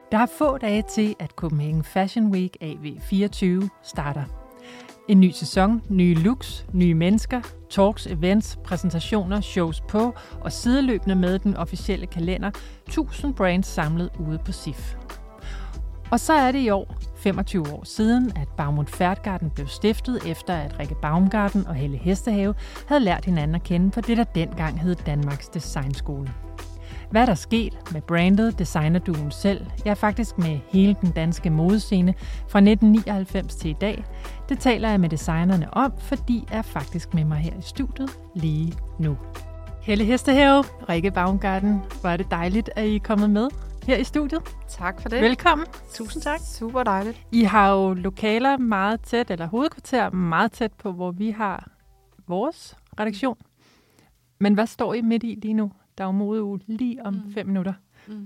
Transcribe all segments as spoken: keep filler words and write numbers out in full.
Der er få dage til, at Copenhagen Fashion Week A V fireogtyve starter. En ny sæson, nye looks, nye mennesker, talks, events, præsentationer, shows på og sideløbende med den officielle kalender. Tusind brands samlet ude på S I F. Og så er det i år femogtyve år siden, at Baumut Færtgarden blev stiftet, efter at Rikke Baumgarten og Helle Hestehave havde lært hinanden at kende på det, der dengang hed Danmarks Designskole. Hvad er der sket med brandet, designerduen selv, ja faktisk med hele den danske modescene fra nitten nioghalvfems til i dag, det taler jeg med designerne om, fordi jeg er faktisk med mig her i studiet lige nu. Helle Hestehave, Rikke Baumgarten, hvor er det dejligt, at I er kommet med her i studiet. Tak for det. Velkommen. Tusind tak. Super dejligt. I har jo lokaler meget tæt, eller hovedkvarter meget tæt på, hvor vi har vores redaktion. Men hvad står I midt i lige nu? Der er jo modeuge lige om mm. fem minutter. Mm.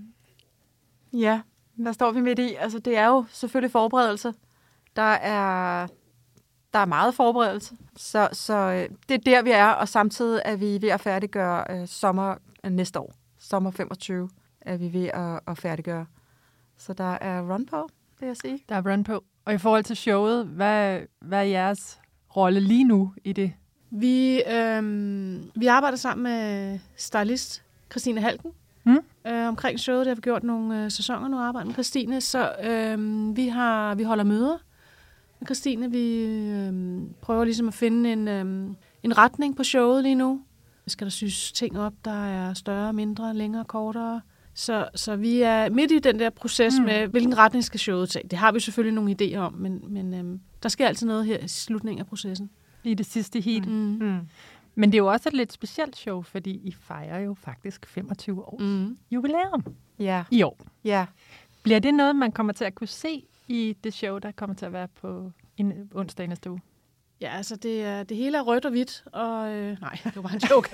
Ja, hvad står vi midt i? Altså, det er jo selvfølgelig forberedelse. Der er, der er meget forberedelse. Så, så det er der, vi er, og samtidig er vi ved at færdiggøre øh, sommer øh, næste år. Sommer femogtyve er vi ved at, at færdiggøre. Så der er run på, vil jeg sige. Der er run på. Og i forhold til showet, hvad, hvad er jeres rolle lige nu i det? Vi, øh, vi arbejder sammen med stylist Christine Halken mm. øh, omkring showet. Det har vi gjort nogle øh, sæsoner nu, arbejder med Christine. Så øh, vi, har, vi holder møder med Christine. Vi øh, prøver ligesom at finde en, øh, en retning på showet lige nu. Skal der syes ting op, der er større, mindre, længere, kortere. Så, så vi er midt i den der proces mm. med, hvilken retning skal showet tage. Det har vi selvfølgelig nogle idéer om, men, men øh, der sker altid noget her i slutningen af processen. I det sidste heat. Mm. Mm. Men det er jo også et lidt specielt show, fordi I fejrer jo faktisk femogtyve års mm. jubilæum ja. i år. Ja. Bliver det noget, man kommer til at kunne se i det show, der kommer til at være på en onsdag næste uge? Ja, altså det, er, det hele er rødt og hvidt, og øh, nej, det var bare en joke.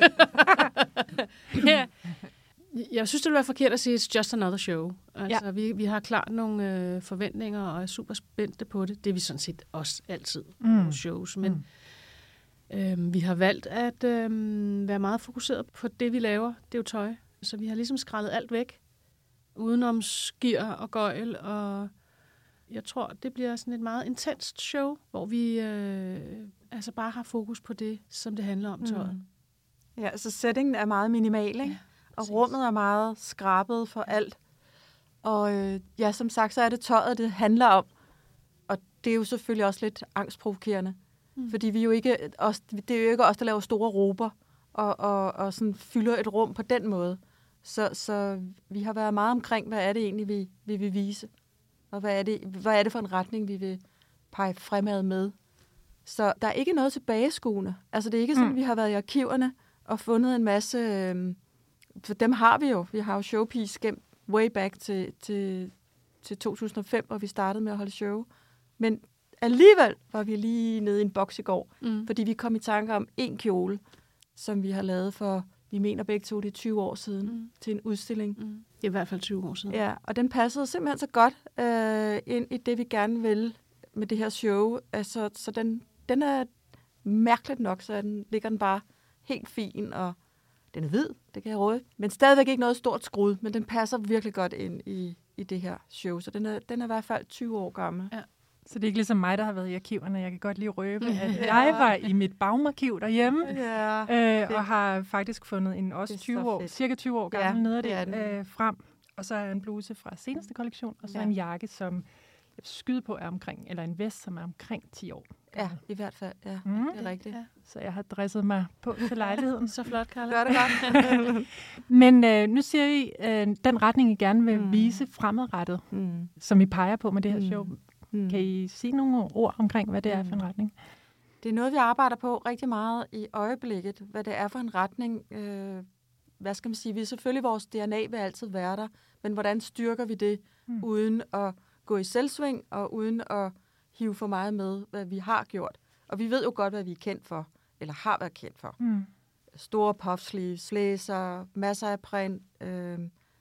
ja. Jeg synes, det ville være forkert at sige, it's just another show. Altså, ja. vi, vi har klart nogle øh, forventninger, og er super spændte på det. Det er vi sådan set også altid mm. på shows, men mm. øh, vi har valgt at øh, være meget fokuseret på det, vi laver. Det er jo tøj. Så vi har ligesom skrællet alt væk, udenom skir og gøjl, og jeg tror, det bliver sådan et meget intenst show, hvor vi øh, altså bare har fokus på det, som det handler om tøjet. Mm. Ja, så settingen er meget minimal, ikke? Ja. Og rummet er meget skrabet for alt. Og øh, ja, som sagt, så er det tøjet, det handler om. Og det er jo selvfølgelig også lidt angstprovokerende. Mm. Fordi vi er jo ikke os, det er jo ikke os, der laver store råber og, og, og sådan fylder et rum på den måde. Så, så vi har været meget omkring, hvad er det egentlig, vi, vi vil vise. Og hvad er, det, hvad er det for en retning, vi vil pege fremad med. Så der er ikke noget tilbageskuende. Altså det er ikke sådan, mm. vi har været i arkiverne og fundet en masse... Øh, For dem har vi jo. Vi har jo Showpiece gemt way back til, til, til to tusind og fem, hvor vi startede med at holde show. Men alligevel var vi lige nede i en boks i går, mm. fordi vi kom i tanke om en kjole, som vi har lavet for, vi mener begge to, det er tyve år siden, mm. til en udstilling. Mm. Det er i hvert fald tyve år siden. Ja, og den passede simpelthen så godt øh, ind i det, vi gerne vil med det her show. Altså, så den, den er mærkeligt nok, så den, ligger den bare helt fin, og den er hvid, det kan jeg råde. Men stadigvæk ikke noget stort skrud, men den passer virkelig godt ind i, i det her show. Så den er, den er i hvert fald tyve år gammel. Ja. Så det er ikke ligesom mig, der har været i arkiverne. Jeg kan godt lige røbe, at jeg var i mit Baumarkiv derhjemme, ja, øh, og har faktisk fundet en også tyve år, cirka tyve år gammel ja, nede af det, det øh, frem. Og så er en bluse fra seneste kollektion, og så ja. en jakke, som jeg skyder på er omkring, eller en vest, som er omkring ti år. Ja, i hvert fald. Ja, mm. det er rigtigt. Ja. Så jeg har dresset mig på til lejligheden. Så flot, Carla. Gør det godt. Men øh, nu siger I, øh, den retning, I gerne vil mm. vise fremadrettet, mm. som I peger på med det her show. Mm. Kan I sige nogle ord omkring, hvad det er for en retning? Det er noget, vi arbejder på rigtig meget i øjeblikket. Hvad det er for en retning. Øh, hvad skal man sige? Vi er selvfølgelig, vores D N A vil altid være der, men hvordan styrker vi det, mm. uden at gå i selvsving, og uden at hive for meget med, hvad vi har gjort. Og vi ved jo godt, hvad vi er kendt for, eller har været kendt for. Mm. Store puff sleeves, blæser, masser af print, øh,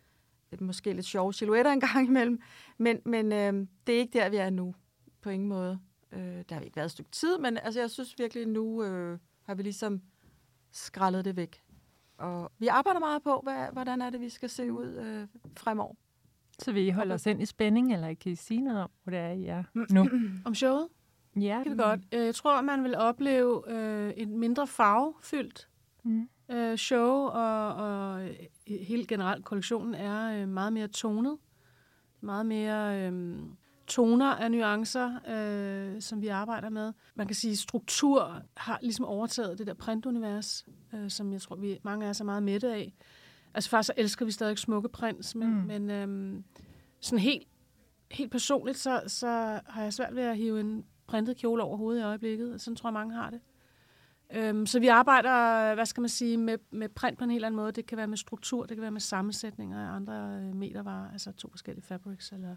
måske lidt sjove silhuetter en gang imellem, men, men øh, det er ikke der, vi er nu, på ingen måde. Øh, der har vi ikke været et stykke tid, men altså, jeg synes virkelig, nu øh, har vi ligesom skrællet det væk. Og vi arbejder meget på, hvad, hvordan er det, vi skal se ud øh, fremover. Så vil I holde os ind i spænding, eller kan I sige noget om, hvor det er, I er nu? Om showet? Ja. Det kan vi godt. Jeg tror, man vil opleve øh, et mindre farvefyldt mm. øh, show, og, og helt generelt kollektionen er øh, meget mere tonet. Meget mere øh, toner af nuancer, øh, som vi arbejder med. Man kan sige, at struktur har ligesom overtaget det der printunivers, øh, som jeg tror, vi mange af os er meget mætte af. Altså faktisk så elsker vi stadig smukke prints, men, mm. men øh, sådan helt, helt personligt, så, så har jeg svært ved at hive en printet kjole over hovedet i øjeblikket. Sådan tror jeg, mange har det. Øhm, så vi arbejder, hvad skal man sige, med, med print på en helt anden måde. Det kan være med struktur, det kan være med sammensætninger af andre metervarer, altså to forskellige fabrics. Eller,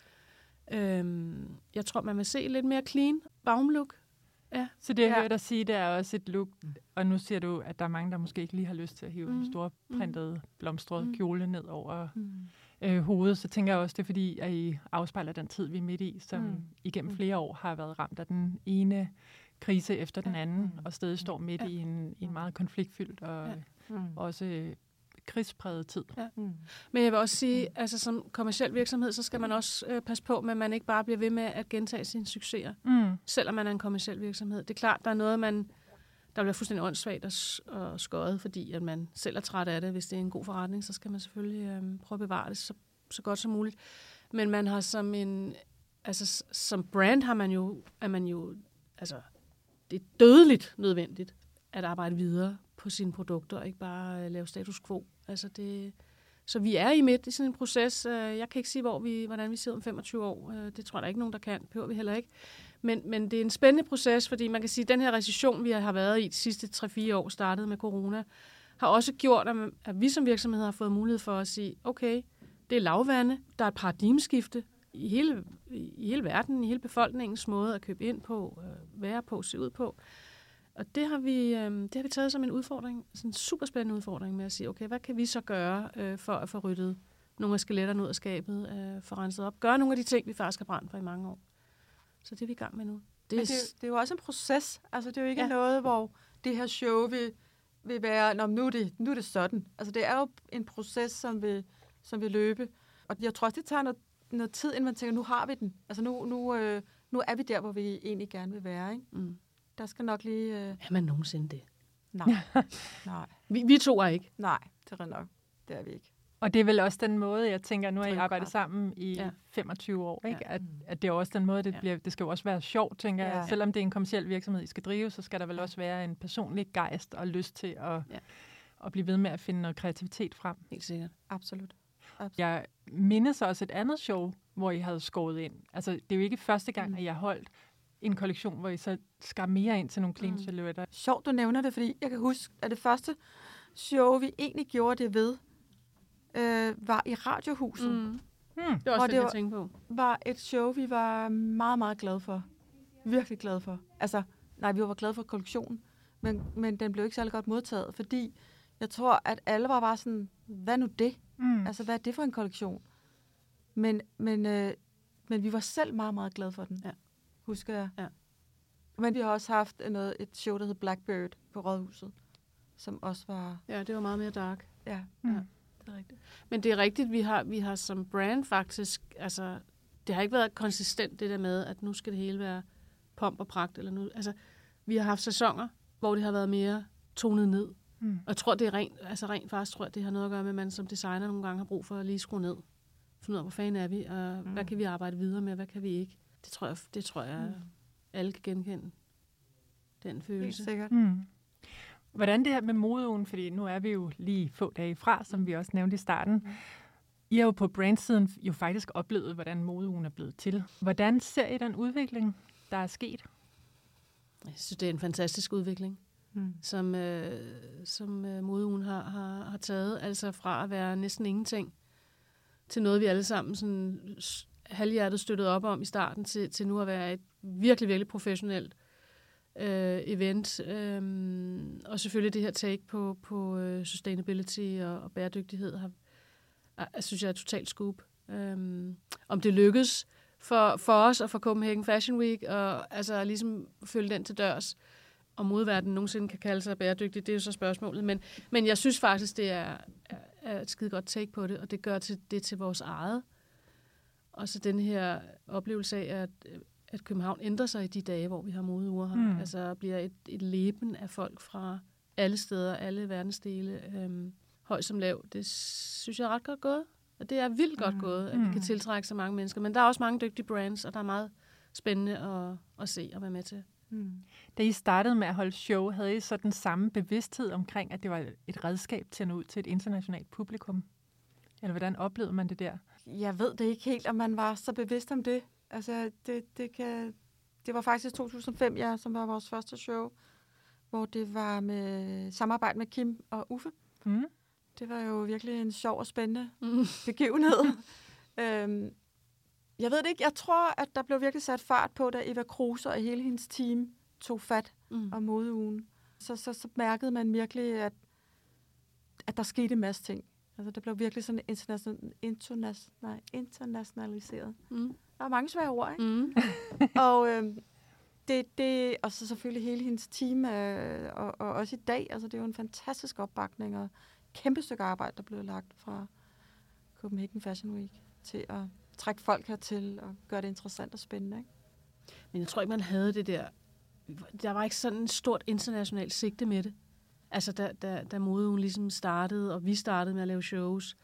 øhm, jeg tror, man vil se lidt mere clean baumlook. Ja. Så det, jeg ja. hører dig sige, det er også et look, og nu siger du, at der er mange, der måske ikke lige har lyst til at hive mm. en stor printet, blomstret mm. kjole ned over mm. øh, hovedet. Så tænker jeg også, det er fordi, at I afspejler den tid, vi er midt i, som mm. igennem flere år har været ramt af den ene krise efter den anden, mm. og stadig står midt ja. i, en, i en meget konfliktfyldt og ja. mm. også øh, krigspræget tid. Ja. Mm. Men jeg vil også sige, mm. altså som kommerciel virksomhed, så skal man også øh, passe på, at man ikke bare bliver ved med at gentage sine succeser, mm. selvom man er en kommerciel virksomhed. Det er klart, der er noget, man, der bliver fuldstændig åndssvagt og, og skøjet, fordi at man selv er træt af det. Hvis det er en god forretning, så skal man selvfølgelig øh, prøve at bevare det så, så godt som muligt. Men man har som en, altså som brand har man jo, er man jo, altså det er dødeligt nødvendigt at arbejde videre på sine produkter, og ikke bare lave status quo. Altså det, så vi er i midt i sådan en proces. Jeg kan ikke sige, hvor vi, hvordan vi sidder om femogtyve år. Det tror jeg, der er ikke nogen, der kan. Behøver vi heller ikke. Men, men det er en spændende proces, fordi man kan sige, at den her recession, vi har været i de sidste tre fire år, startet med corona, har også gjort, at vi som virksomhed har fået mulighed for at sige, okay, det er lavvande, der er et paradigmeskifte i hele, i hele verden, i hele befolkningens måde at købe ind på, være på, se ud på. Og det har vi, øh, det har vi taget som en udfordring, sådan en super spændende udfordring med at sige, okay, hvad kan vi så gøre øh, for at få ryddet nogle af skeletterne ud af skabet, øh, få renset op, gøre nogle af de ting, vi faktisk har brændt for i mange år. Så det er vi i gang med nu. Det er, Men det, det er jo også en proces. Altså det er jo ikke ja. noget, hvor det her show vil, vil være, Nå, nu, er det, nu er det sådan. Altså det er jo en proces, som vil, som vil løbe. Og jeg tror også, det tager noget, noget tid, inden man tænker, nu har vi den. Altså nu, nu, øh, nu er vi der, hvor vi egentlig gerne vil være, ikke? Mm. Der skal nok lige... Øh... Er man nogensinde det? Nej. Nej. Vi, vi to er ikke. Nej, det er nok. Det er vi ikke. Og det er vel også den måde, jeg tænker, nu har I arbejdet sammen i ja. femogtyve år, ikke? Ja. At, at det er også den måde, det bliver... Det skal jo også være sjovt, tænker ja. jeg. Selvom det er en kommerciel virksomhed, I skal drive, så skal der vel også være en personlig gejst og lyst til at, ja. at blive ved med at finde noget kreativitet frem. Helt sikkert. Absolut. Absolut. Jeg mindes også et andet show, hvor I havde skåret ind. Altså, det er jo ikke første gang, mm. at jeg holdt en kollektion, hvor I så skar mere ind til nogle clean silhouetter. Mm. Sjovt, du nævner det, fordi jeg kan huske, at det første show, vi egentlig gjorde det ved, øh, var i Radiohuset. Mm. Hmm. Det var også det, jeg tænkte på. Var et show, vi var meget, meget glade for. Virkelig glade for. Altså, nej, vi var glade for kollektionen, men, men den blev ikke særlig godt modtaget, fordi jeg tror, at alle var bare sådan, hvad nu det? Mm. Altså, hvad er det for en kollektion? Men, men, øh, men vi var selv meget, meget glade for den. Ja. Husker jeg. Ja. Men vi har også haft noget, et show, der hed Blackbird på Rådhuset, som også var... Ja, det var meget mere dark. Ja, mm. ja det er rigtigt. Men det er rigtigt, vi har, vi har som brand faktisk... Altså, det har ikke været konsistent, det der med, at nu skal det hele være pomp og pragt. Eller nu, altså, vi har haft sæsoner, hvor det har været mere tonet ned. Mm. Og jeg tror, det er rent, altså rent faktisk, tror jeg, det har noget at gøre med, at man som designer nogle gange har brug for at lige skrue ned. Finde ud af, hvor fanden er vi, og mm. hvad kan vi arbejde videre med, hvad kan vi ikke. Det tror jeg, det tror jeg mm. alle kan genkende, den følelse. Helt sikkert. Mm. Hvordan det her med modeugen, fordi nu er vi jo lige få dage fra, som vi også nævnte i starten. Mm. I har jo på brandsiden jo faktisk oplevet, hvordan modeugen er blevet til. Hvordan ser I den udvikling, der er sket? Jeg synes, det er en fantastisk udvikling, mm. som, øh, som øh, modeugen har, har, har taget. Altså fra at være næsten ingenting, til noget, vi alle sammen sådan halvhjertet støttet op om i starten, til, til nu at være et virkelig, virkelig professionelt øh, event. Øhm, og selvfølgelig det her take på, på uh, sustainability og, og bæredygtighed, har, jeg synes jeg er totalt scoop. Øhm, om det lykkes for, for os og for Copenhagen Fashion Week, og altså ligesom følge den til dørs, om modverdenen nogensinde kan kalde sig bæredygtig, det er jo så spørgsmålet. Men, men jeg synes faktisk, det er, er et skide godt take på det, og det gør til, det til vores eget Og så den her oplevelse af, at, at København ændrer sig i de dage, hvor vi har modeuger her. Mm. Altså bliver et, et leben af folk fra alle steder, alle verdensdele, øhm, høj som lav. Det synes jeg er ret godt gået. Og det er vildt godt mm. gået, at vi kan tiltrække så mange mennesker. Men der er også mange dygtige brands, og der er meget spændende at, at se og være med til. Mm. Da I startede med at holde show, havde I så den samme bevidsthed omkring, at det var et redskab til at nå ud til et internationalt publikum? Eller hvordan oplevede man det der? Jeg ved det ikke helt, om man var så bevidst om det. Altså, det, det, kan, det var faktisk to tusind og fem, ja, som var vores første show, hvor det var med samarbejde med Kim og Uffe. Mm. Det var jo virkelig en sjov og spændende mm. begivenhed. øhm, jeg ved det ikke. Jeg tror, at der blev virkelig sat fart på, da Eva Kruse og hele hendes team tog fat mm. om modeugen. Så, så, så mærkede man virkelig, at, at der skete en masse ting. Altså, det blev virkelig sådan international, internas, nej, internationaliseret. Mm. Der var mange svære ord, ikke? Mm. og, øh, det, det, og så selvfølgelig hele hendes team, øh, og, og også i dag. Altså, det er jo en fantastisk opbakning, og kæmpe stykke arbejde, der blev lagt fra Copenhagen Fashion Week til at trække folk hertil og gøre det interessant og spændende, ikke? Men jeg tror ikke, man havde det der. Der var ikke sådan et stort internationalt sigte med det. Altså, da, da, da modeugen ligesom startede, og vi startede med at lave shows.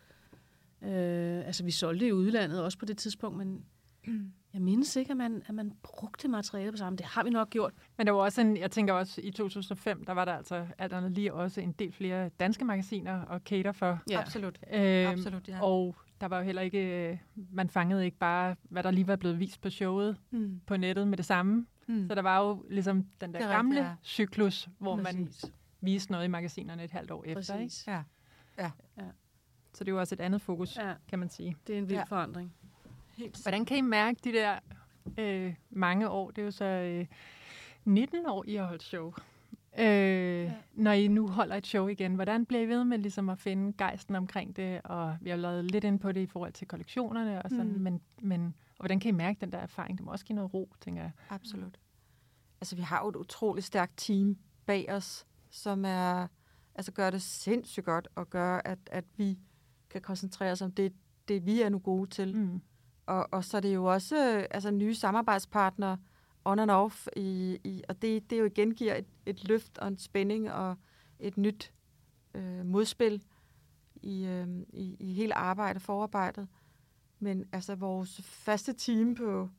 Øh, altså, vi solgte i udlandet også på det tidspunkt, men mm. jeg mindes ikke, at man, at man brugte materiale på sammen. Det har vi nok gjort. Men der var også en, jeg tænker også, i to tusind og fem, der var der altså alt andet lige også en del flere danske magasiner og cater for. Ja, absolut. Øh, absolut ja. Og der var jo heller ikke, man fangede ikke bare, hvad der lige var blevet vist på showet mm. på nettet med det samme. Mm. Så der var jo ligesom den der gamle rigtigt, ja. cyklus, hvor Præcis. man viste noget i magasinerne et halvt år Præcis. efter. Ikke? Ja. Ja. Ja. Så det er jo også et andet fokus, ja. kan man sige. Det er en vild ja. forandring. Helt. Hvordan kan I mærke de der øh, mange år? Det er jo så øh, nitten år, I har holdt show. Øh, ja. Når I nu holder et show igen, hvordan bliver I ved med ligesom at finde gejsten omkring det? Og vi har lavet lidt ind på det i forhold til kollektionerne og sådan, mm. men, men og hvordan kan I mærke den der erfaring? Det må også give noget ro, tænker jeg. Absolut. Altså, vi har jo et utroligt stærkt team bag os, som er, altså gør det sindssygt godt, og gør, at, at vi kan koncentrere os om det, det vi er nu gode til. Mm. Og, og så er det jo også altså, nye samarbejdspartnere on and off, i, i, og det, det jo igen giver et, et løft og en spænding og et nyt øh, modspil i, øh, i, i hele arbejdet, forarbejdet. Men altså vores faste team på,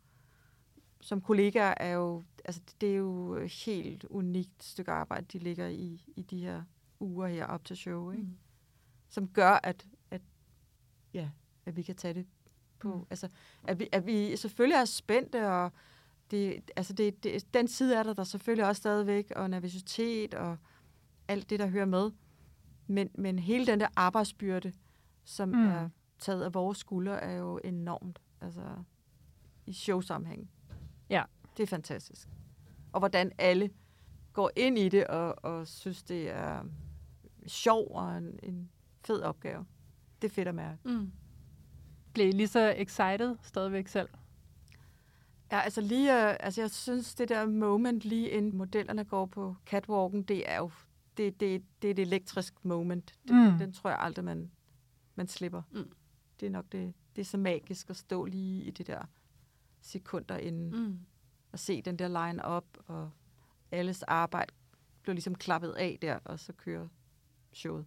som kollegaer er jo, altså det er jo et helt unikt stykke arbejde, de ligger i, i de her uger her op til show, ikke? Mm. Som gør, at, at, ja, at vi kan tage det på. Mm. Altså, at vi, at vi selvfølgelig er spændte, og det, altså det, det, den side er der, der selvfølgelig også stadigvæk, og nervøsitet og alt det, der hører med. Men, men hele den der arbejdsbyrde, som mm. er taget af vores skuldre, er jo enormt, altså i showsammenhæng. Ja. Det er fantastisk. Og hvordan alle går ind i det, og, og synes, det er sjov og en, en fed opgave. Det er fedt at mærke. Mm. Bliver I lige så excited stadigvæk selv? Ja, altså lige, uh, altså jeg synes, det der moment lige inden modellerne går på catwalken, det er jo det, det, det er et elektrisk moment. Det, mm. Den tror jeg aldrig, man, man slipper. Mm. Det er nok det, det er så magisk at stå lige i det der sekunder inden, mm. og se den der line-up, og alles arbejde bliver ligesom klappet af der, og så kører showet.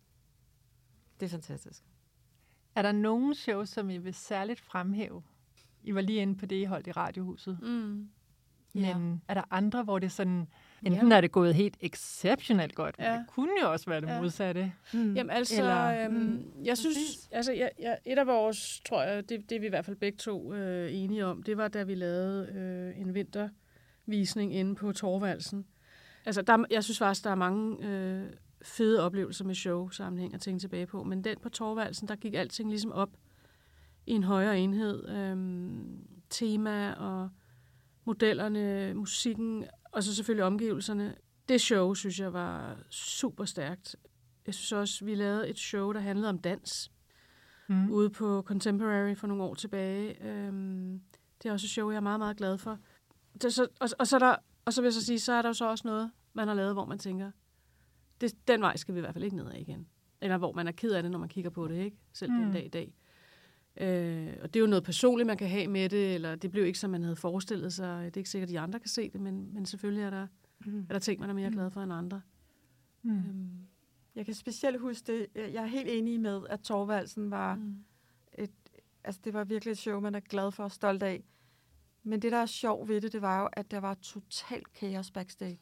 Det er fantastisk. Er der nogen shows, som I vil særligt fremhæve? I var lige inde på det, I holdt i Radiohuset. Mm. Men ja. Er der andre, hvor det sådan, enten ja. er det gået helt exceptionelt godt, ja. men det kunne jo også være det ja. modsatte. Mm. Jamen altså, Eller, øhm, mm, jeg synes, præcis. altså jeg, jeg, et af vores, tror jeg, det, det er vi i hvert fald begge to øh, enige om, det var, da vi lavede øh, en vintervisning inde på Torvaldsen. Altså, der, jeg synes faktisk, der er mange øh, fede oplevelser med show-sammenhæng at tænke tilbage på, men den på Torvaldsen, der gik alting ligesom op i en højere enhed. Øhm, tema og modellerne, musikken, og så selvfølgelig omgivelserne. Det show, synes jeg, var super stærkt. Jeg synes også, vi lavede et show, der handlede om dans, mm. ude på Contemporary for nogle år tilbage. Øhm, det er også et show, jeg er meget, meget glad for. Det, så, og, og, så der, og så vil jeg så sige, så er der jo så også noget, man har lavet, hvor man tænker, det, den vej skal vi i hvert fald ikke ned af igen. Eller hvor man er ked af det, når man kigger på det, ikke? Selv mm. den dag i dag. Øh, og det er jo noget personligt, man kan have med det, eller det blev ikke, som man havde forestillet sig. Det er ikke sikkert, at de andre kan se det, men, men selvfølgelig er der, mm. er der ting, man er mere glad for end andre. Mm. Øhm. Jeg kan specielt huske det. Jeg er helt enig med, at Thorvaldsen var mm. et, altså det var virkelig et show, man er glad for og stolt af. Men det, der er sjovt ved det, det var jo, at der var total kaos backstage.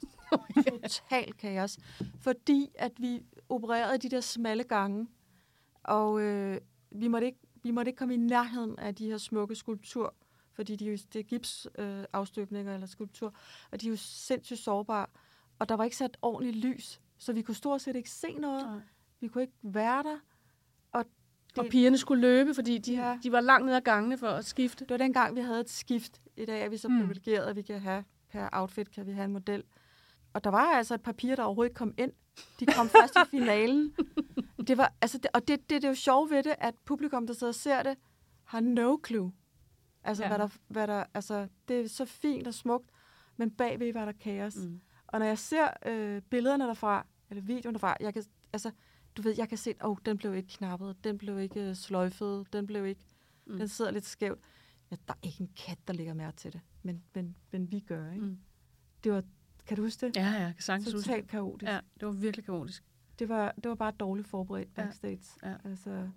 Total kaos. Fordi at vi opererede i de der smalle gange, og øh, vi, måtte ikke, vi måtte ikke komme i nærheden af de her smukke skulpturer, fordi de, det er gipsafstøbninger øh, eller skulptur, og de er jo sindssygt sårbare. Og der var ikke sat ordentligt lys, så vi kunne stort set ikke se noget. Nej. Vi kunne ikke være der. Og, det, og pigerne skulle løbe, fordi de, ja. de var langt ned ad gangene for at skifte. Det var dengang, vi havde et skift. I dag er vi så mm. privilegeret, at vi kan have per outfit, kan vi have en model. Og der var altså et par piger, der overhovedet ikke kom ind. De kom først i finalen. Det var, altså, det, og det, det, det er jo sjovt ved det, at publikum, der sidder og ser det, har no clue. Altså, ja. hvad der, hvad der, altså, det er så fint og smukt, men bagved var der kaos. Mm. Og når jeg ser øh, billederne derfra, eller videoen derfra, jeg kan, altså, du ved, jeg kan se, åh, oh, den blev ikke knappet, den blev ikke uh, sløjfet, den blev ikke, mm. den sidder lidt skævt. Ja, der er ikke en kat, der lægger mærke til det, men, men, men vi gør, ikke? Mm. Det var, kan du huske det? Ja, ja, jeg kan sagtens huske det. Totalt kaotisk. Ja, det var virkelig kaotisk. Det var, det var bare dårligt forberedt backstage. Ja, ja. Altså,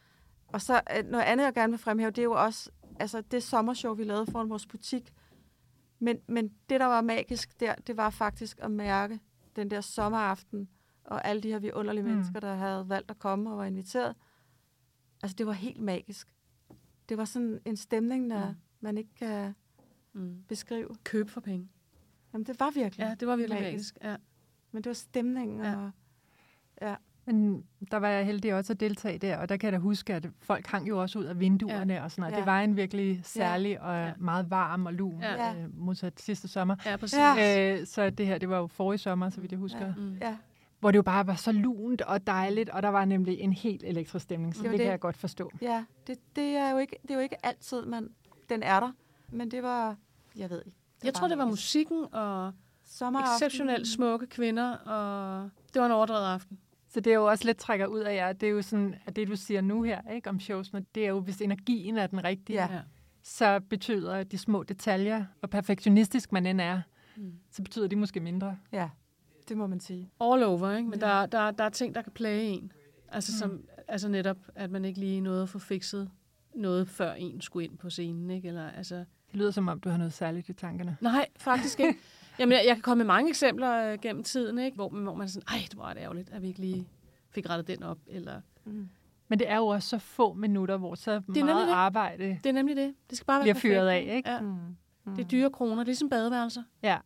og så noget andet, jeg gerne vil fremhæve, det er jo også, altså det sommershow, vi lavede foran vores butik. Men, men det, der var magisk der, det var faktisk at mærke den der sommeraften, og alle de her vidunderlige mm. mennesker, der havde valgt at komme og var inviteret. Altså, det var helt magisk. Det var sådan en stemning, der mm. man ikke kan mm. beskrive. Køb for penge. Jamen, det var virkelig Ja, det var virkelig magisk. magisk. Ja. Men det var stemningen. Ja. Og, ja. Men der var jeg heldig også at deltage der, og der kan jeg da huske, at folk hang jo også ud af vinduerne ja. og sådan noget. Ja. Det var en virkelig særlig ja. og ja. meget varm og lun, ja. øh, modsat sidste sommer. Ja, præcis. Ja. Øh, så det her, det var jo forrige sommer, så vidt jeg husker. Ja. Mm. Ja. Hvor det jo bare var så lunt og dejligt, og der var nemlig en helt elektrisk stemning, så det, det kan jeg godt forstå. Ja, det, det, er jo ikke, det er jo ikke altid, man, den er der, men det var, jeg ved ikke. Jeg tror, det var musikken og exceptionelt smukke kvinder, og det var en overdrevet aften. Så det er jo også lidt trækker ud af jer. Det er jo sådan, at det du siger nu her, ikke, om showsene, det er jo, hvis energien er den rigtige, ja. så betyder de små detaljer, og perfektionistisk man end er, mm. så betyder de måske mindre. Ja, det må man sige. All over, ikke? Men ja. der, der, der er ting, der kan plage en. Altså, mm. som, altså netop, at man ikke lige nåede at få fikset noget, før en skulle ind på scenen, ikke? Eller, altså... Det lyder som om, du har noget særligt i tankerne. Nej, faktisk ikke. Jamen, jeg, jeg kan komme med mange eksempler øh, gennem tiden, ikke? Hvor, hvor man er sådan, ej, det var ret ærgerligt, at vi ikke lige fik rettet den op. Eller... Mm. Men det er jo også så få minutter, hvor så det meget arbejde det er nemlig det. Det skal bare være bliver fyret af, ikke? Ja. Mm. Mm. Det er dyre kroner, det er ligesom badeværelser. Ja.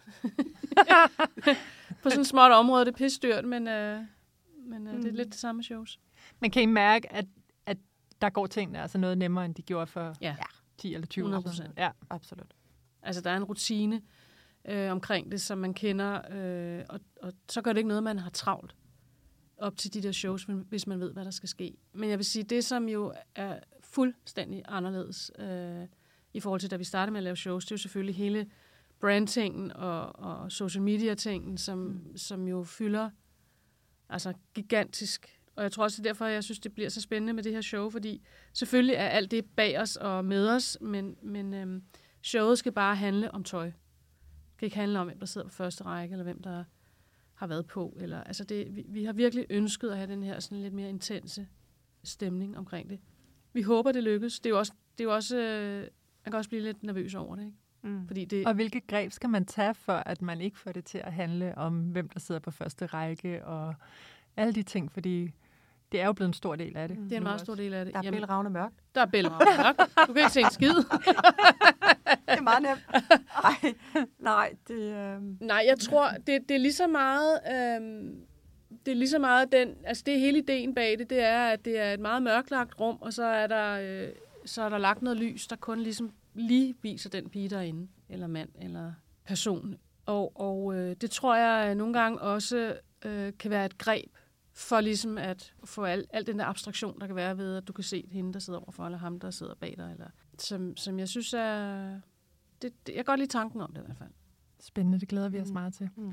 På sådan et småt område, det er pisdyrt, men, øh, men øh, mm. det er lidt det samme shows. Men kan I mærke, at, at der går tingene altså noget nemmere, end de gjorde for ja. ti eller tyve hundrede procent. Ja, absolut. Altså, der er en rutine øh, omkring det, som man kender, øh, og, og så gør det ikke noget, man har travlt op til de der shows, hvis man ved, hvad der skal ske. Men jeg vil sige, det som jo er fuldstændig anderledes øh, i forhold til, da vi startede med at lave shows, det er jo selvfølgelig hele brandtingen og, og social media-tingen, som, mm. som jo fylder altså gigantisk. Og jeg tror også, det er derfor, jeg synes, det bliver så spændende med det her show, fordi selvfølgelig er alt det bag os og med os, men, men øhm, showet skal bare handle om tøj. Det kan ikke handle om, hvem der sidder på første række, eller hvem der har været på. Eller, altså det, vi, vi har virkelig ønsket at have den her sådan lidt mere intense stemning omkring det. Vi håber, det lykkes. Det er jo også, det er jo også øh, man kan også blive lidt nervøs over det, ikke? Mm. Fordi det... Og hvilke greb skal man tage, for at man ikke får det til at handle om, hvem der sidder på første række, og alle de ting, fordi det er jo blevet en stor del af det. Mm. Det er en meget stor del af det. Der er bælragende mørkt. Der er bælragende mørkt. Du kan ikke se en skid. Det er meget nemt. Ej, nej, det... Øh... Nej, jeg tror, det, det er lige så meget... Øh, det er lige så meget den... Altså, det er hele ideen bag det, det er, at det er et meget mørklagt rum, og så er der, øh, så er der lagt noget lys, der kun ligesom lige viser den pige derinde, eller mand, eller person. Og, og øh, det tror jeg nogle gange også øh, kan være et greb for ligesom at få al, al den der abstraktion, der kan være ved, at du kan se hende, der sidder overfor, eller ham, der sidder bag dig, eller som, som jeg synes er... Det, det, jeg kan godt lide tanken om det i hvert fald. Spændende, det glæder vi os mm. meget til. Mm.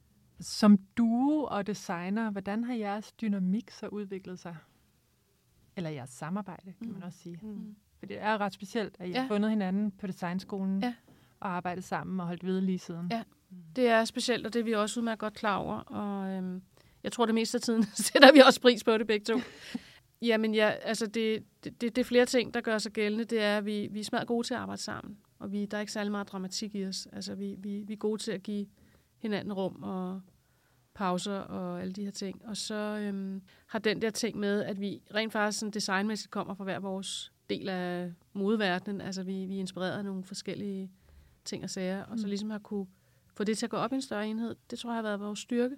Som duo og designer, hvordan har jeres dynamik så udviklet sig? eller jeres samarbejde, kan Mm. man også sige. Mm. For det er ret specielt, at I Ja. har fundet hinanden på designskolen Ja. og arbejdet sammen og holdt ved lige siden. Ja. Det er specielt, og det er vi også udmærket godt klar over. Og øhm, jeg tror, det meste af tiden sætter vi også pris på det begge to. Jamen ja, altså det, det, det er flere ting, der gør sig gældende. Det er, at vi, vi er smadret gode til at arbejde sammen. Og vi, der er ikke særlig meget dramatik i os. Altså vi, vi, vi er gode til at give hinanden rum og pauser og alle de her ting. Og så øhm, har den der ting med, at vi rent faktisk sådan designmæssigt kommer fra hver vores del af modeverdenen. Altså vi, vi er inspireret af nogle forskellige ting og sager. Og så ligesom har kunne få det til at gå op i en større enhed. Det tror jeg har været vores styrke.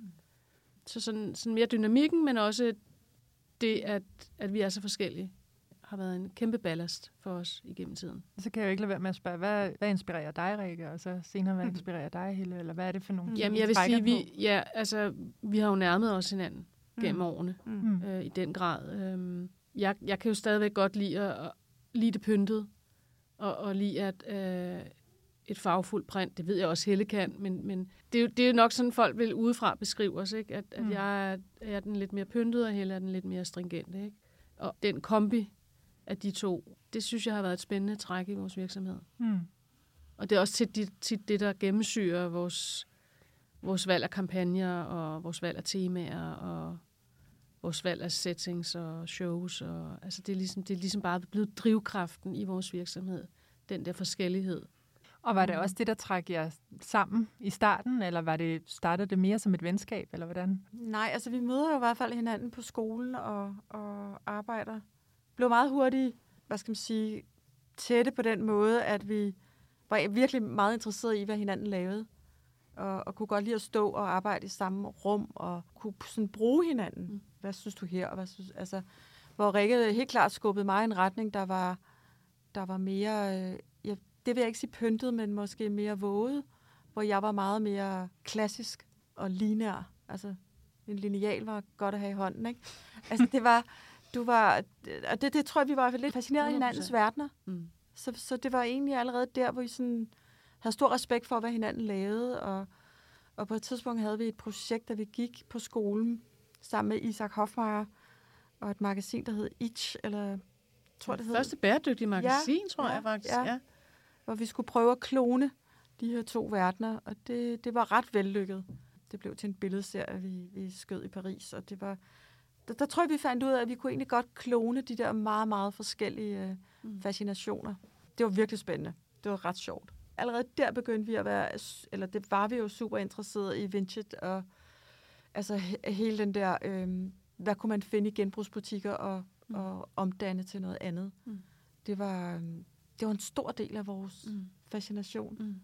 Så sådan, sådan mere dynamikken, men også det, at, at vi er så forskellige, har været en kæmpe ballast for os igennem tiden. Så kan jeg jo ikke lade være med at spørge, hvad, hvad inspirerer dig, Rikke? Og så senere, hvad inspirerer dig, Helle? Eller hvad er det for nogle ting, Jamen, I jeg vil trækker sige, på? vi, ja, altså, vi har jo nærmet os hinanden gennem Mm. årene, Mm. øh, i den grad. Øhm, jeg, jeg kan jo stadigvæk godt lide, at, at lide det pyntet, og, og lide at øh, et farvefuldt print. Det ved jeg også, Helle kan, men, men det, er jo, det er jo nok sådan, folk vil udefra beskrive os, ikke? At, at Mm. jeg er, er den lidt mere pyntede, og Helle er den lidt mere stringente. Ikke? Og den kombi af de to, det synes jeg har været et spændende træk i vores virksomhed. Mm. Og det er også tit, tit det, der gennemsyrer vores, vores valg af kampagner, og vores valg af temaer, og vores valg af settings og shows. Og, altså det, er ligesom, det er ligesom bare blevet drivkraften i vores virksomhed. Den der forskellighed. Og var det også det, der trak jer sammen i starten, eller var det, startede det mere som et venskab, eller hvordan? Nej, altså vi møder jo i hvert fald hinanden på skolen og, og arbejder. Blev meget hurtigt, hvad skal man sige, tætte på den måde, at vi var virkelig meget interesserede i, hvad hinanden lavede. Og, og kunne godt lide at stå og arbejde i samme rum, og kunne sådan bruge hinanden. Mm. Hvad synes du her? Og hvad synes, altså, hvor Rikke helt klart skubbede mig i en retning, der var, der var mere, øh, ja, det vil jeg ikke sige pyntet, men måske mere våget, hvor jeg var meget mere klassisk og lineær. Altså, en lineal var godt at have i hånden, ikke? Altså, det var, du var, og det, det tror jeg, vi var lidt fascineret af hinandens verdener. Mm. Så, så det var egentlig allerede der, hvor vi sådan havde stor respekt for, hvad hinanden lavede. Og, og på et tidspunkt havde vi et projekt, da vi gik på skolen sammen med Isak Hofmeier og et magasin, der hed Itch, eller jeg tror, det hed. Første bæredygtige magasin, ja, tror ja, jeg faktisk. Ja. Ja. Hvor vi skulle prøve at klone de her to verdener, og det, det var ret vellykket. Det blev til en billedserie, vi, vi skød i Paris, og det var... Der, der tror jeg, vi fandt ud af, at vi kunne egentlig godt klone de der meget, meget forskellige øh, Mm. fascinationer. Det var virkelig spændende. Det var ret sjovt. Allerede der begyndte vi at være, eller det var vi jo super interesserede i vintage, og altså he, hele den der, øh, hvad kunne man finde i genbrugsbutikker og, mm. og omdanne til noget andet. Mm. Det var, øh, det var en stor del af vores Mm. fascination. Mm.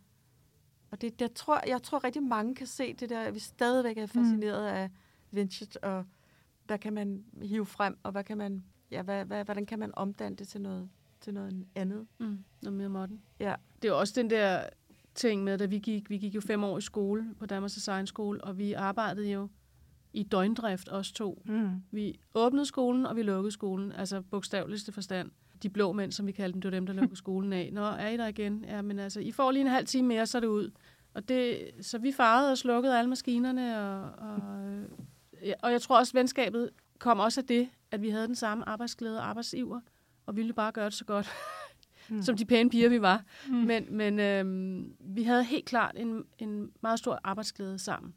Og det, det tror, jeg tror rigtig mange kan se det der, at vi stadigvæk er fascineret mm. af vintage, og hvad kan man hive frem, og hvad kan man, ja, hvad, hvad, hvordan kan man omdanne det til noget, til noget andet. Mm. Noget mere modern. Ja. Det er jo også den der ting med, da vi gik, vi gik jo fem år i skole på Danmarks Design Skole, og vi arbejdede jo i døgndrift, os to. Mm. Vi åbnede skolen, og vi lukkede skolen, altså bogstaveligste forstand. De blå mænd, som vi kaldte dem, det var dem, der lukkede skolen af. Nå, er I der igen? Ja, men altså, I får lige en halv time mere, så er det ud. Og det, så vi farede og slukkede alle maskinerne, og, og, ja, og jeg tror også, venskabet kom også af det, at vi havde den samme arbejdsglæde og arbejdsiver, og ville bare gøre det så godt, mm. som de pæne piger, vi var. Mm. Men, men øhm, vi havde helt klart en, en meget stor arbejdsglæde sammen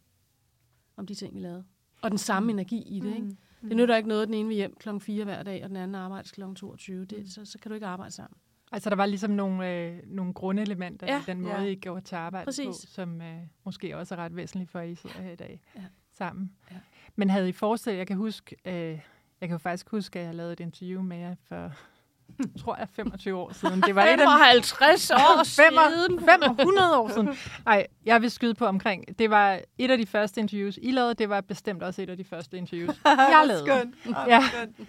om de ting, vi lavede. Og den samme mm. energi i det, Mm. ikke? Det nytter ikke noget, at den ene vil hjem klokken fire hver dag, og den anden arbejdes klokken toogtyve. Det, så, så kan du ikke arbejde sammen. Altså, der var ligesom nogle, øh, nogle grundelementer Ja, i den måde, ja. I går til arbejde Præcis. på, som øh, måske også er ret væsentlige for, at I sidder her i dag Ja. sammen. Ja. Men havde I forestillet, jeg kan huske, øh, jeg kan jo faktisk huske, at jeg lavede et interview med jer for, tror jeg, femogtyve år siden. Det var et af femoghalvtreds år siden. fem hundrede år siden. Nej, jeg vil skyde på omkring. Det var et af de første interviews, I lavede. Det var bestemt også et af de første interviews, jeg lavede. Skønt. Ja.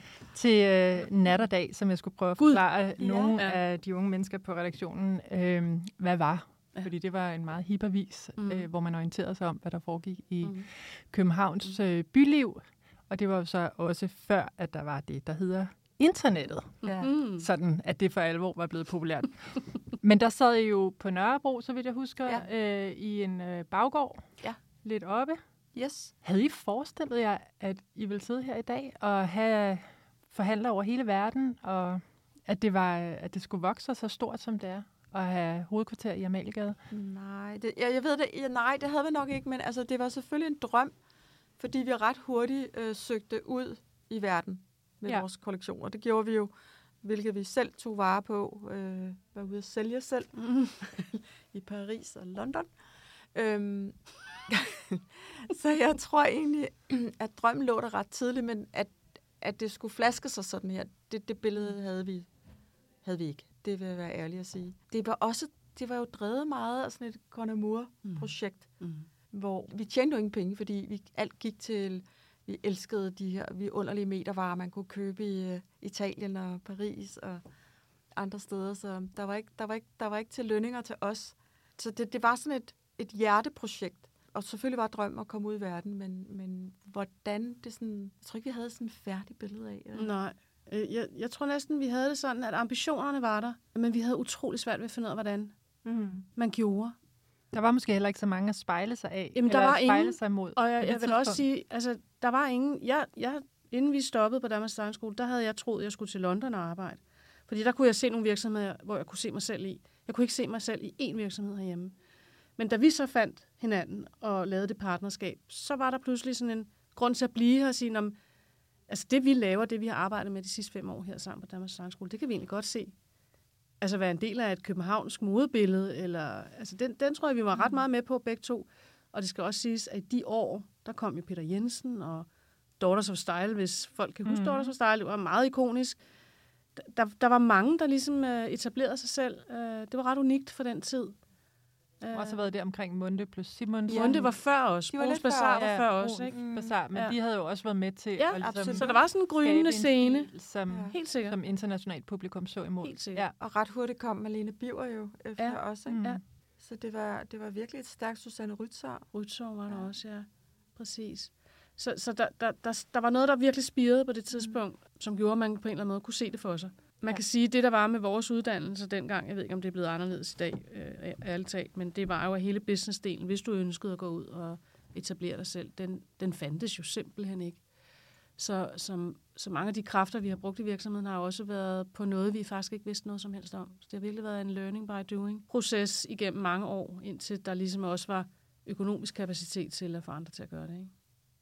Til øh, nat og dag, som jeg skulle prøve at forklare Ja. nogle Ja. af de unge mennesker på redaktionen, øh, hvad var. Ja. Fordi det var en meget hip avis, Mm. øh, hvor man orienterede sig om, hvad der foregik i Mm. Københavns øh, byliv. Og det var jo så også før, at der var det, der hedder internettet. Ja. Mm. Sådan, at det for alvor var blevet populært. Men der sad I jo på Nørrebro, så vidt jeg husker, Ja. øh, i en øh, baggård. Ja. Lidt oppe. Yes. Havde I forestillet jer, at I ville sidde her i dag og have forhandler over hele verden, og at det, var, at det skulle vokse så stort, som det er, og have hovedkvarter i Amaliegade? Nej, det, jeg, jeg ved det, ja, nej, det havde vi nok ikke, men altså, det var selvfølgelig en drøm, fordi vi ret hurtigt øh, søgte ud i verden med ja. vores kollektioner. Det gjorde vi jo, hvilket vi selv tog vare på, øh, var ude at sælge selv mm. i Paris og London. Øhm, så jeg tror egentlig, at drømmen lå der ret tidligt, men at, at det skulle flaske sig sådan her, det, det billede havde vi, havde vi ikke. Det vil jeg være ærlig at sige. Det var også, det var jo drevet meget af sådan et Con Amour-projekt, mm. mm. hvor vi tjente jo ingen penge, fordi vi alt gik til, vi elskede de her vidunderlige metervarer, man kunne købe i uh, Italien og Paris og andre steder, så der var ikke, der var ikke, der var ikke til lønninger til os. Så det, det var sådan et, et hjerteprojekt. Og selvfølgelig var drømmen at komme ud i verden, men, men hvordan det sådan... Jeg tror ikke, vi havde sådan et færdigt billede af. Eller? Nej. Jeg, jeg tror næsten, vi havde det sådan, at ambitionerne var der, men vi havde utrolig svært ved at finde ud af, hvordan mm. man gjorde. Der var måske heller ikke så mange at spejle sig af, Jamen, der eller var at spejle ingen, sig imod. Og jeg, jeg vil også sige, altså, der var ingen... Jeg, jeg, inden vi stoppede på Danmarks Designskole, der havde jeg troet, at jeg skulle til London og arbejde. Fordi der kunne jeg se nogle virksomheder, hvor jeg kunne se mig selv i. Jeg kunne ikke se mig selv i én virksomhed herhjemme. Men da vi så fandt hinanden og lavede det partnerskab, så var der pludselig sådan en grund til at blive her og sige, om, altså det vi laver, det vi har arbejdet med de sidste fem år her sammen på Danmarks Designskole, det kan vi egentlig godt se. Altså være en del af et københavnsk modebillede, eller, altså den, den tror jeg, vi var ret meget med på begge to. Og det skal også siges, at i de år, der kom jo Peter Jensen og Daughters of Style, hvis folk kan huske mm. Daughters of Style, det var meget ikonisk. Der, der var mange, der ligesom etablerede sig selv. Det var ret unikt for den tid. Det har også været det omkring Munde plus Simons. Ja. Munde var før os. Brugs Bazaar var før os, ikke? Mm. Bazaar, men ja. de havde jo også været med til ja, at ligesom så der var sådan en grynende scene, som, ja. helt sikkert. Som internationalt publikum så imod. Helt sikkert. Ja. Og ret hurtigt kom Malene Biver jo efter ja. os, ikke? Mm. Ja. Så det var, det var virkelig et stærkt Susanne Rytzar. Rytzar var der ja. også, ja. Præcis. Så, så der, der, der, der var noget, der virkelig spirede på det tidspunkt, mm. som gjorde, at man på en eller anden måde kunne se det for sig. Man kan sige, at det, der var med vores uddannelse dengang, jeg ved ikke, om det er blevet anderledes i dag, øh, ærligt talt, men det var jo hele businessdelen, hvis du ønskede at gå ud og etablere dig selv, den, den fandtes jo simpelthen ikke. Så, som, så mange af de kræfter, vi har brugt i virksomheden, har også været på noget, vi faktisk ikke vidste noget som helst om. Så det har virkelig været en learning by doing proces igennem mange år, indtil der ligesom også var økonomisk kapacitet til at få andre til at gøre det, ikke?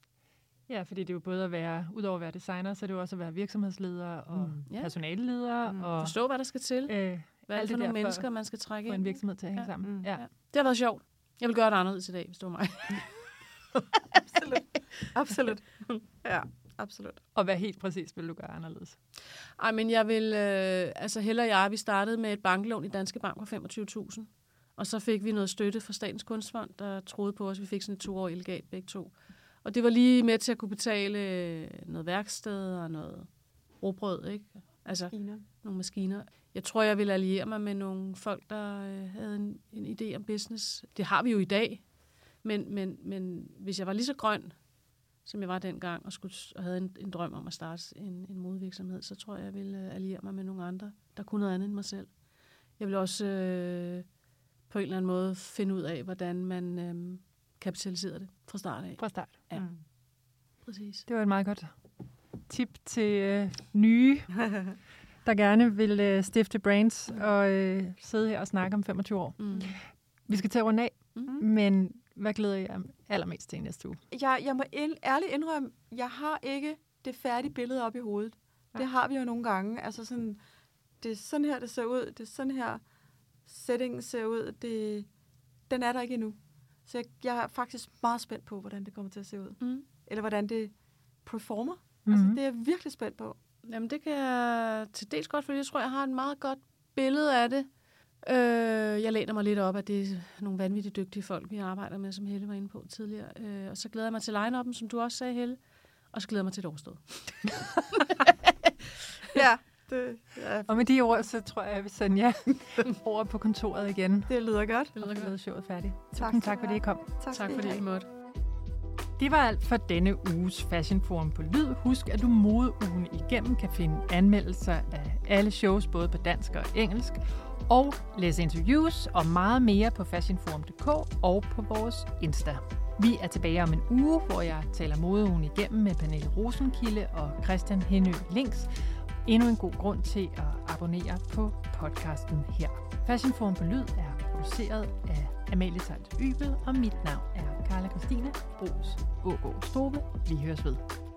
Ja, fordi det er jo både at være, udover at være designer, så er det jo også at være virksomhedsleder og mm. ja. personaleleder. Mm. Og forstå, hvad der skal til. Øh, hvad er det for nogle mennesker, man skal trække ind? For en virksomhed til at hænge ja. sammen. Mm. Ja. Ja. Det har været sjovt. Jeg vil gøre det anderledes i dag, hvis det var mig. Absolut. Absolut. Ja, absolut. Og hvad helt præcis vil du gøre anderledes? Ej, men jeg vil... Øh, altså, Helle og jeg, vi startede med et banklån i Danske Bank på femogtyve tusind. Og så fik vi noget støtte fra Statens Kunstfond, der troede på os. Vi fik sådan et toårigt legat begge to. Og det var lige med til at kunne betale noget værksted og noget råbrød, ikke? Altså maskiner. nogle maskiner. Jeg tror, jeg ville alliere mig med nogle folk, der øh, havde en, en idé om business. Det har vi jo i dag. Men, men, men hvis jeg var lige så grøn, som jeg var dengang, og, skulle, og havde en, en drøm om at starte en, en modevirksomhed, så tror jeg, jeg ville alliere mig med nogle andre, der kunne noget andet end mig selv. Jeg vil også øh, på en eller anden måde finde ud af, hvordan man... Øh, kapitalisere det fra start af. Fra start. Ja. Mm. Præcis. Det var et meget godt tip til øh, nye, der gerne vil øh, stifte brands og øh, sidde her og snakke om femogtyve år. Mm. Vi skal til at runde af, mm. men hvad glæder jeg allermest til næste uge? Jeg, jeg må ind, ærligt indrømme, jeg har ikke det færdige billede op i hovedet. Ja. Det har vi jo nogle gange. Altså sådan, det er sådan her, det ser ud. Det er sådan her, settingen ser ud. Det, den er der ikke endnu. Så jeg, jeg er faktisk meget spændt på, hvordan det kommer til at se ud. Mm. Eller hvordan det performer. Mm-hmm. Altså, det er jeg virkelig spændt på. Jamen, det kan jeg til dels godt, fordi jeg tror, jeg har et meget godt billede af det. Øh, jeg læner mig lidt op, at det er nogle vanvittigt dygtige folk, vi arbejder med, som Helle var inde på tidligere. Øh, og så glæder jeg mig til line-up'en, som du også sagde, Helle. Og så glæder jeg mig til et årsted. Ja. Det, ja. Og med de ord, så tror jeg, at vi sender jer over på kontoret igen. Det lyder godt. Det lyder godt. Showet færdigt. Tak, tak fordi I kom. Tak, tak fordi I måtte. Det var alt for denne uges Fashion Forum på Lyd. Husk, at du modeugen igennem kan finde anmeldelser af alle shows, både på dansk og engelsk, og læse interviews og meget mere på fashion forum punktum d k og på vores Insta. Vi er tilbage om en uge, hvor jeg taler modeugen igennem med Pernille Rosenkilde og Christian Henø Links. Endnu en god grund til at abonnere på podcasten her. Fashion Forum på Lyd er produceret af Amalie Talt Ybel, og mit navn er Carla Christine Brugs Ågaard Stobe. Vi høres ved.